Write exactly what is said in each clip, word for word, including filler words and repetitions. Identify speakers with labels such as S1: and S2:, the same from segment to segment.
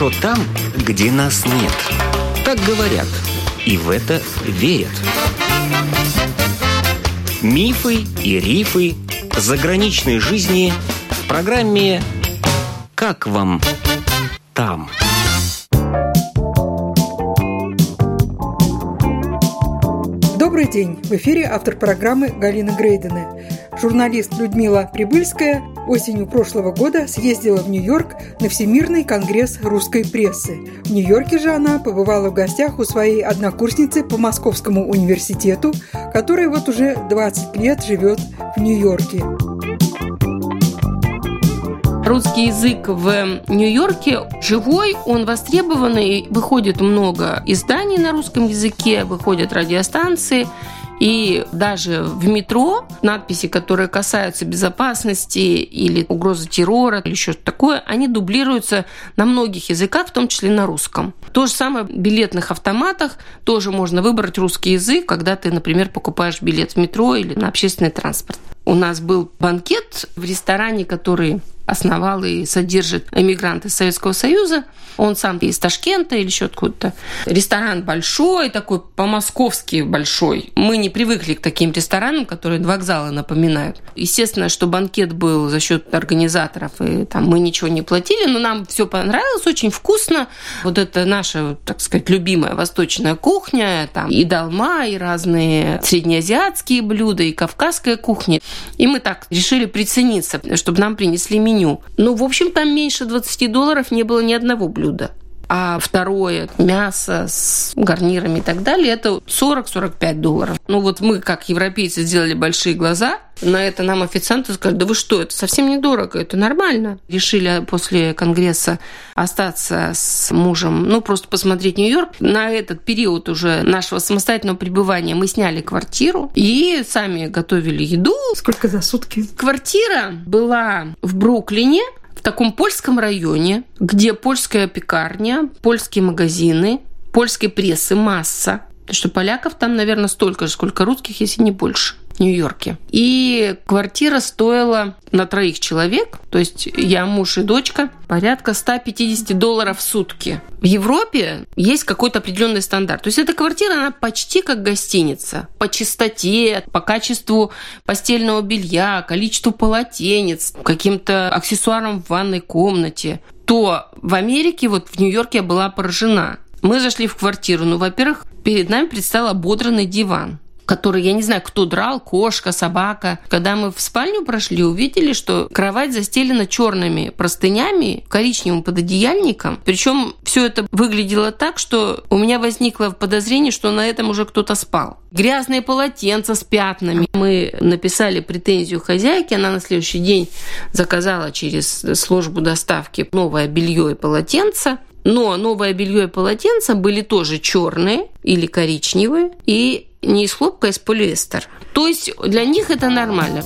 S1: хорошо там, где нас нет. Так говорят, и в это верят. Мифы и рифы заграничной жизни в программе «Как вам там?».
S2: Добрый день! В эфире автор программы Галина Грейдене. Журналист Людмила Прибыльская осенью прошлого года съездила в Нью-Йорк на Всемирный конгресс русской прессы. В Нью-Йорке же она побывала в гостях у своей однокурсницы по Московскому университету, которая вот уже двадцать лет живет в Нью-Йорке.
S3: Русский язык в Нью-Йорке живой, он востребованный, выходит много изданий на русском языке, выходят радиостанции, и даже в метро надписи, которые касаются безопасности или угрозы террора или еще что-то такое, они дублируются на многих языках, в том числе на русском. То же самое в билетных автоматах, тоже можно выбрать русский язык, когда ты, например, покупаешь билет в метро или на общественный транспорт. У нас был банкет в ресторане, который основал и содержит эмигрант из Советского Союза. Он сам из Ташкента или еще откуда-то. Ресторан большой, такой по-московски большой. Мы не привыкли к таким ресторанам, которые вокзалы напоминают. Естественно, что банкет был за счет организаторов, и там мы ничего не платили, но нам все понравилось, очень вкусно. Вот это наша, так сказать, любимая восточная кухня, там и долма, и разные среднеазиатские блюда, и кавказская кухня. И мы так решили прицениться, чтобы нам принесли меню. Ну, в общем, там меньше двадцати долларов не было ни одного блюда. А второе, мясо с гарнирами и так далее, это сорок-сорок пять долларов. Ну, вот мы, как европейцы, сделали большие глаза. На это нам официанты сказали: да вы что, это совсем недорого, это нормально. Решили после конгресса остаться с мужем, ну, просто посмотреть Нью-Йорк. На этот период уже нашего самостоятельного пребывания мы сняли квартиру и сами готовили еду.
S2: Сколько за сутки?
S3: Квартира была в Бруклине, в таком польском районе, где польская пекарня, польские магазины, польской прессы масса. Потому что поляков там, наверное, столько же, сколько русских, если не больше, в Нью-Йорке. И квартира стоила на троих человек, то есть я, муж и дочка, порядка сто пятьдесят долларов в сутки. В Европе есть какой-то определенный стандарт. То есть эта квартира, она почти как гостиница. По чистоте, по качеству постельного белья, количеству полотенец, каким-то аксессуарам в ванной комнате. То в Америке, вот в Нью-Йорке я была поражена. Мы зашли в квартиру, ну, во-первых, перед нами предстал ободранный диван, который, я не знаю, кто драл, кошка, собака. Когда мы в спальню прошли, увидели, что кровать застелена черными простынями, коричневым пододеяльником. Причем все это выглядело так, что у меня возникло подозрение, что на этом уже кто-то спал. Грязные полотенца с пятнами. Мы написали претензию хозяйке, она на следующий день заказала через службу доставки новое белье и полотенце. Но новое белье и полотенца были тоже черные или коричневые и не из хлопка, а из полиэстера. То есть для них это нормально.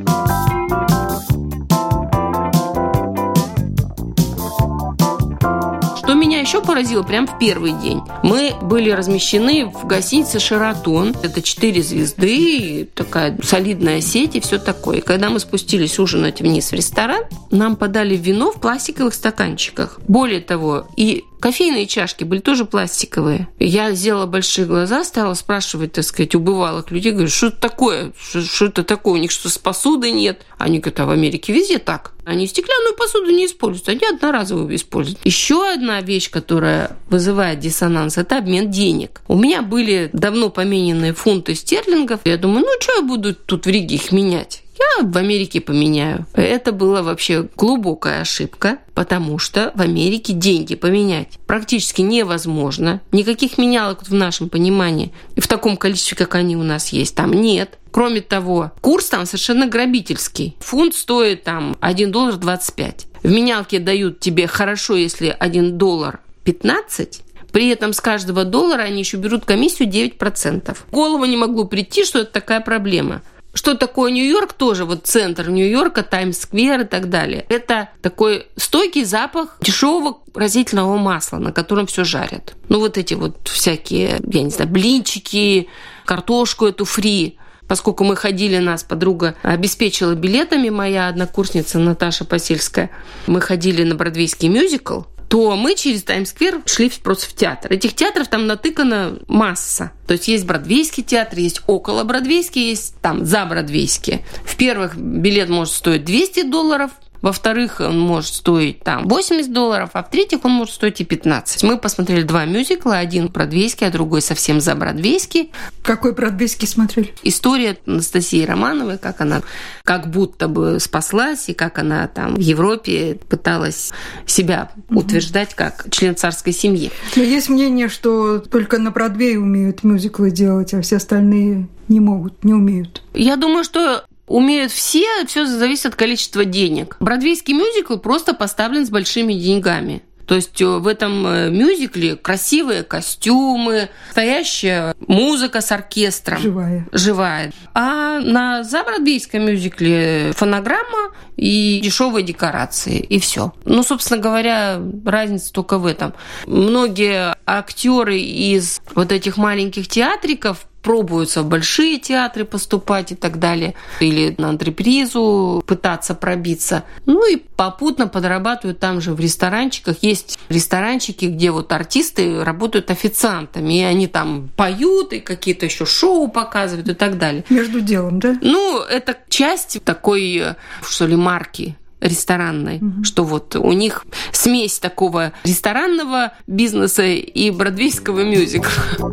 S3: Что меня еще поразило прям в первый день. Мы были размещены в гостинице «Шератон». Это четыре звезды, такая солидная сеть и все такое. И когда мы спустились ужинать вниз в ресторан, нам подали вино в пластиковых стаканчиках. Более того, и кофейные чашки были тоже пластиковые. Я сделала большие глаза, стала спрашивать, так сказать, у бывалых людей, говорю, что это такое? Что, что это такое? У них что, с посудой нет? Они говорят, а в Америке везде так. Они стеклянную посуду не используют, они одноразовую используют. Еще одна вещь, которая вызывает диссонанс, это обмен денег. У меня были давно помененные фунты стерлингов. Я думаю, ну что я буду тут в Риге их менять? Я в Америке поменяю. Это была вообще глубокая ошибка, потому что в Америке деньги поменять практически невозможно. Никаких менялок в нашем понимании в таком количестве, как они у нас есть, там нет. Кроме того, курс там совершенно грабительский. Фунт стоит там один доллар двадцать пять. В менялке дают тебе хорошо, если один доллар пятнадцать. При этом с каждого доллара они еще берут комиссию девять процентов. В голову не могло прийти, что это такая проблема. Что такое Нью-Йорк тоже, вот центр Нью-Йорка, Таймс-сквер и так далее. Это такой стойкий запах дешевого растительного масла, на котором все жарят. Ну, вот эти вот всякие, я не знаю, блинчики, картошку эту фри. Поскольку мы ходили, нас подруга обеспечила билетами, моя однокурсница Наташа Посельская. Мы ходили на бродвейский мюзикл. то мы через Таймс-сквер шли просто в театр. Этих театров там натыкана масса. То есть есть бродвейский театр, есть около-бродвейский, есть там за-бродвейский. В первых билет может стоить двести долларов, во-вторых, он может стоить там восемьдесят долларов, а в-третьих, он может стоить и пятнадцать. Мы посмотрели два мюзикла, один бродвейский, а другой совсем за бродвейский.
S2: Какой бродвейский смотрели?
S3: История Анастасии Романовой, как она как будто бы спаслась, и как она там в Европе пыталась себя угу. утверждать как член царской семьи.
S2: Но есть мнение, что только на Бродвее умеют мюзиклы делать, а все остальные не могут, не умеют.
S3: Я думаю, что умеют все, все зависит от количества денег. Бродвейский мюзикл просто поставлен с большими деньгами. То есть в этом мюзикле красивые костюмы, настоящая музыка с оркестром.
S2: Живая.
S3: Живая. А на забродвейском мюзикле фонограмма и дешевые декорации, и все. Ну, собственно говоря, разница только в этом. Многие актеры из вот этих маленьких театриков пробуются в большие театры поступать и так далее, или на антрепризу пытаться пробиться. Ну и попутно подрабатывают там же в ресторанчиках. Есть ресторанчики, где вот артисты работают официантами, и они там поют, и какие-то еще шоу показывают и так далее.
S2: Между делом, да?
S3: Ну, это часть такой, что ли, марки ресторанной, угу. что вот у них смесь такого ресторанного бизнеса и бродвейского мюзикла.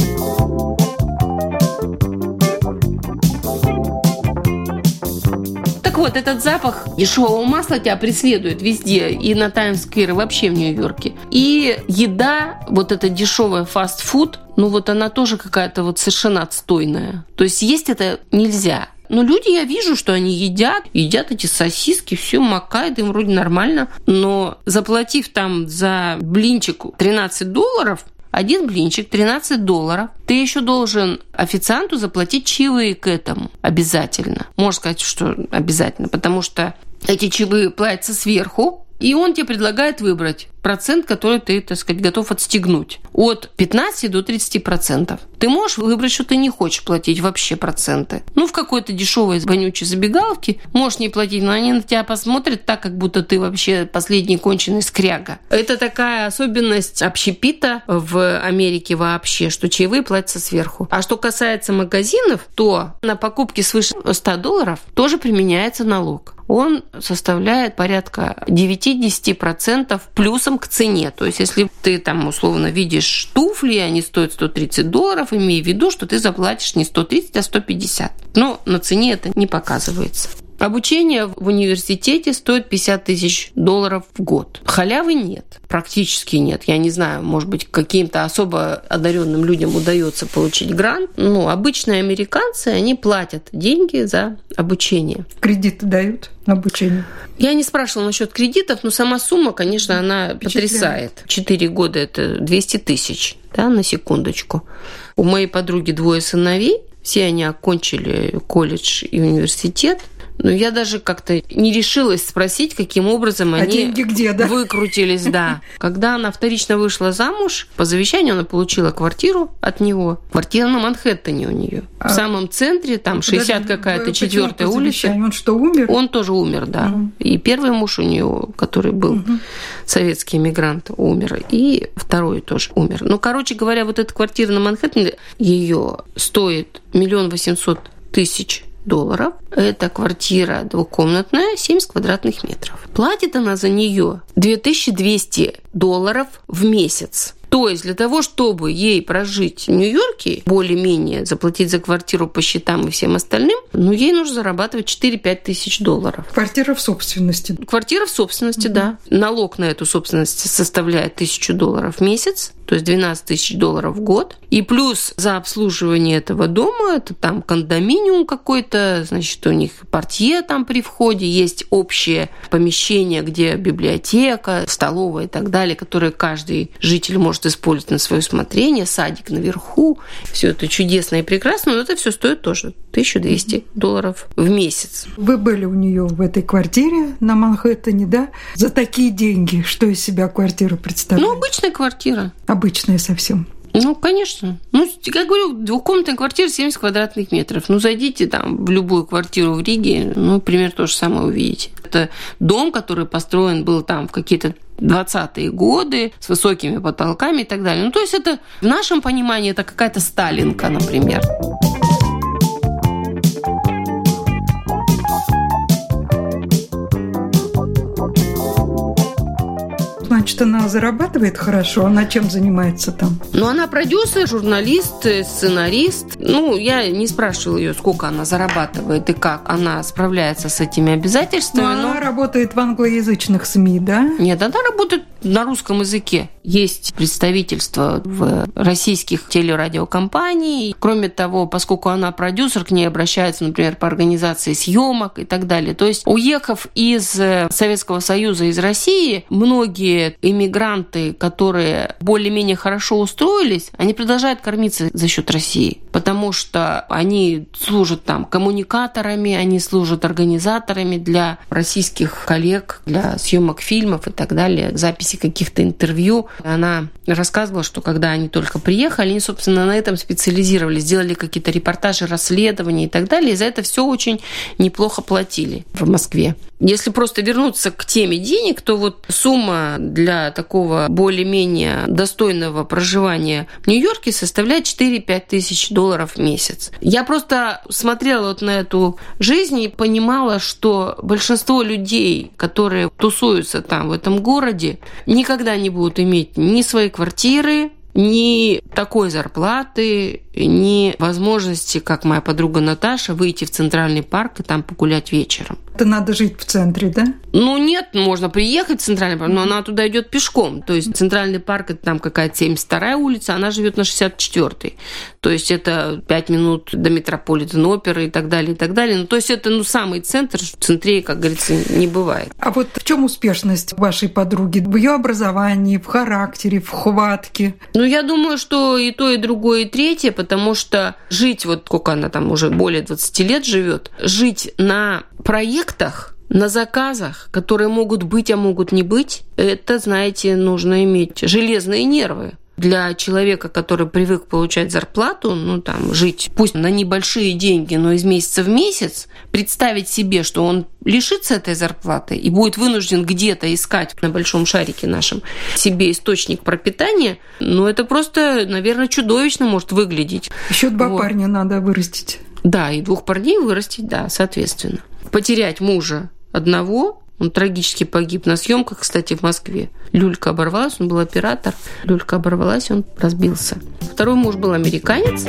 S3: Вот этот запах дешевого масла тебя преследует везде, и на Таймс-сквер, и вообще в Нью-Йорке. И еда, вот эта дешевая фастфуд, ну вот она тоже какая-то вот совершенно отстойная. То есть есть это нельзя. Но люди, я вижу, что они едят, едят эти сосиски, все макает, им вроде нормально. Но заплатив там за блинчик тринадцать долларов, один блинчик, тринадцать долларов. Ты еще должен официанту заплатить чаевые к этому. Обязательно. Можно сказать, что обязательно, потому что эти чаевые платятся сверху, и он тебе предлагает выбрать процент, который ты, так сказать, готов отстегнуть. От пятнадцати до тридцати процентов. Ты можешь выбрать, что ты не хочешь платить вообще проценты. Ну, в какой-то дешевой вонючей забегаловке можешь не платить, но они на тебя посмотрят так, как будто ты вообще последний конченый скряга. Это такая особенность общепита в Америке вообще, что чаевые платятся сверху. А что касается магазинов, то на покупки свыше ста долларов тоже применяется налог. Он составляет порядка девять-десять процентов плюсом к цене. То есть, если ты там условно видишь туфли, они стоят сто тридцать долларов, имей в виду, что ты заплатишь не сто тридцать, а сто пятьдесят. Но на цене это не показывается. Обучение в университете стоит пятьдесят тысяч долларов в год. Халявы нет, практически нет. Я не знаю, может быть, каким-то особо одаренным людям удается получить грант. Но обычные американцы, они платят деньги за обучение.
S2: Кредиты дают на обучение?
S3: Я не спрашивала насчет кредитов, но сама сумма, конечно, она потрясает. Четыре года – это двести тысяч, да, на секундочку. У моей подруги двое сыновей, все они окончили колледж и университет. Но я даже как-то не решилась спросить, каким образом
S2: а
S3: они
S2: деньги где, да?
S3: выкрутились. Да. Когда она вторично вышла замуж, по завещанию она получила квартиру от него. Квартира на Манхэттене у нее. А в самом центре, там шестьдесят какая-то четвёртая улица.
S2: Он что, умер?
S3: Он тоже умер, да. Угу. И первый муж у нее, который был угу. советский эмигрант, умер. И второй тоже умер. Ну, короче говоря, вот эта квартира на Манхэттене, ее стоит миллион восемьсот тысяч долларов. Это квартира двухкомнатная, семьдесят квадратных метров. Платит она за нее две тысячи двести долларов в месяц. То есть для того, чтобы ей прожить в Нью-Йорке, более-менее заплатить за квартиру по счетам и всем остальным, ну, ей нужно зарабатывать четыре-пять тысяч долларов.
S2: Квартира в собственности.
S3: Квартира в собственности, mm-hmm. да. Налог на эту собственность составляет тысячу долларов в месяц, то есть двенадцать тысяч долларов в год. И плюс за обслуживание этого дома, это там кондоминиум какой-то, значит, у них портье там при входе, есть общее помещение, где библиотека, столовая и так далее, которое каждый житель может использовать на свое усмотрение, садик наверху. Все это чудесно и прекрасно, но это все стоит тоже тысяча двести долларов в месяц.
S2: Вы были у нее в этой квартире на Манхэттене, да? За такие деньги, что из себя квартира представляет?
S3: Ну, обычная квартира.
S2: Обычная совсем.
S3: Ну, конечно. Ну, как говорю, двухкомнатная квартира семьдесят квадратных метров. Ну, зайдите там в любую квартиру в Риге, ну, примерно то же самое увидите. Это дом, который построен был там в какие-то двадцатые годы, с высокими потолками и так далее. Ну, то есть это, в нашем понимании, это какая-то сталинка, например.
S2: Значит, она зарабатывает хорошо. Она чем занимается там?
S3: Ну, она продюсер, журналист, сценарист. Ну, я не спрашивала ее, сколько она зарабатывает и как она справляется с этими обязательствами.
S2: Но она
S3: но...
S2: работает в англоязычных СМИ, да?
S3: Нет, она работает на русском языке. Есть представительство в российских телерадиокомпаний. Кроме того, поскольку она продюсер, к ней обращаются, например, по организации съемок и так далее. То есть, уехав из Советского Союза, из России, многие иммигранты, которые более-менее хорошо устроились, они продолжают кормиться за счет России, потому что они служат там коммуникаторами, они служат организаторами для российских коллег, для съемок фильмов и так далее, записи каких-то интервью. Она рассказывала, что когда они только приехали, они, собственно, на этом специализировались, делали какие-то репортажи, расследования и так далее, и за это все очень неплохо платили в Москве. Если просто вернуться к теме денег, то вот сумма для такого более-менее достойного проживания в Нью-Йорке составляет четыре-пять тысяч долларов в месяц. Я просто смотрела вот на эту жизнь и понимала, что большинство людей, которые тусуются там, в этом городе, никогда не будут иметь ни своей квартиры, ни такой зарплаты, ни возможности, как моя подруга Наташа, выйти в Центральный парк и там погулять вечером.
S2: Это надо жить в центре, да?
S3: Ну, нет, можно приехать в Центральный парк, но она туда идет пешком. То есть Центральный парк – это там какая-то семьдесят вторая улица, она живет на шестьдесят четвёртой. То есть это пять минут до Метрополитен-оперы и так далее, и так далее. Ну, то есть это ну, самый центр, в центре, как говорится, не бывает.
S2: А вот в чем успешность вашей подруги? В ее образовании, в характере, в хватке?
S3: Ну, я думаю, что и то, и другое, и третье, потому что жить, вот сколько она там уже более двадцать лет живет, жить на проектах, на заказах, которые могут быть, а могут не быть, это, знаете, нужно иметь железные нервы. Для человека, который привык получать зарплату, ну там жить, пусть на небольшие деньги, но из месяца в месяц, представить себе, что он лишится этой зарплаты и будет вынужден где-то искать на большом шарике нашем себе источник пропитания, ну это просто, наверное, чудовищно может выглядеть.
S2: Еще два
S3: вот.
S2: парня надо вырастить.
S3: Да, и двух парней вырастить, да, соответственно. Потерять мужа одного, он трагически погиб на съемках, кстати, в Москве. Люлька оборвалась, он был оператор. Люлька оборвалась, он разбился. Второй муж был американец.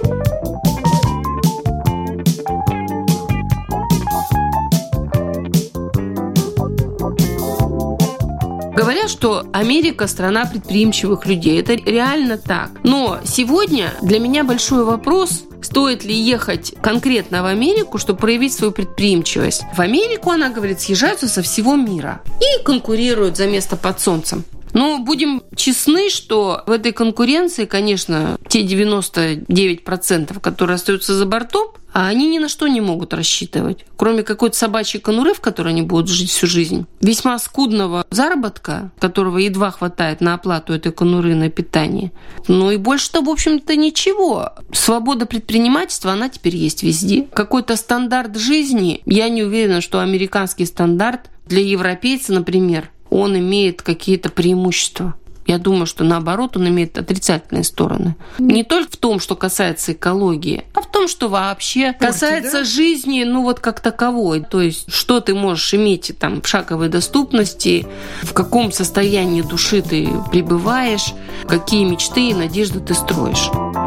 S3: Говорят, что Америка – страна предприимчивых людей. Это реально так. Но сегодня для меня большой вопрос – стоит ли ехать конкретно в Америку, чтобы проявить свою предприимчивость. В Америку, она говорит, съезжаются со всего мира и конкурируют за место под солнцем. Но будем честны, что в этой конкуренции, конечно, те девяносто девять процентов, которые остаются за бортом, они ни на что не могут рассчитывать, кроме какой-то собачьей конуры, в которой они будут жить всю жизнь. Весьма скудного заработка, которого едва хватает на оплату этой конуры, на питание. Ну и больше-то, в общем-то, ничего. Свобода предпринимательства, она теперь есть везде. Какой-то стандарт жизни, я не уверена, что американский стандарт для европейца, например, он имеет какие-то преимущества. Я думаю, что наоборот, он имеет отрицательные стороны. Не только в том, что касается экологии, а в том, что вообще касается да? жизни, ну вот как таковой. То есть, что ты можешь иметь там в шаговой доступности, в каком состоянии души ты пребываешь, какие мечты и надежды ты строишь.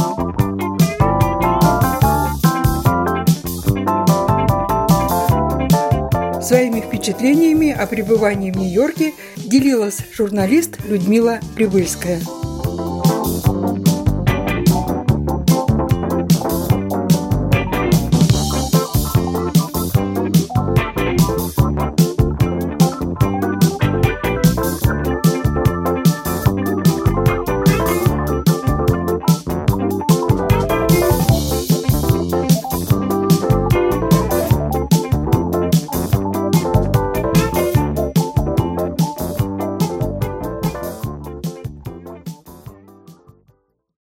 S2: Своими впечатлениями о пребывании в Нью-Йорке делилась журналист Людмила Прибыльская.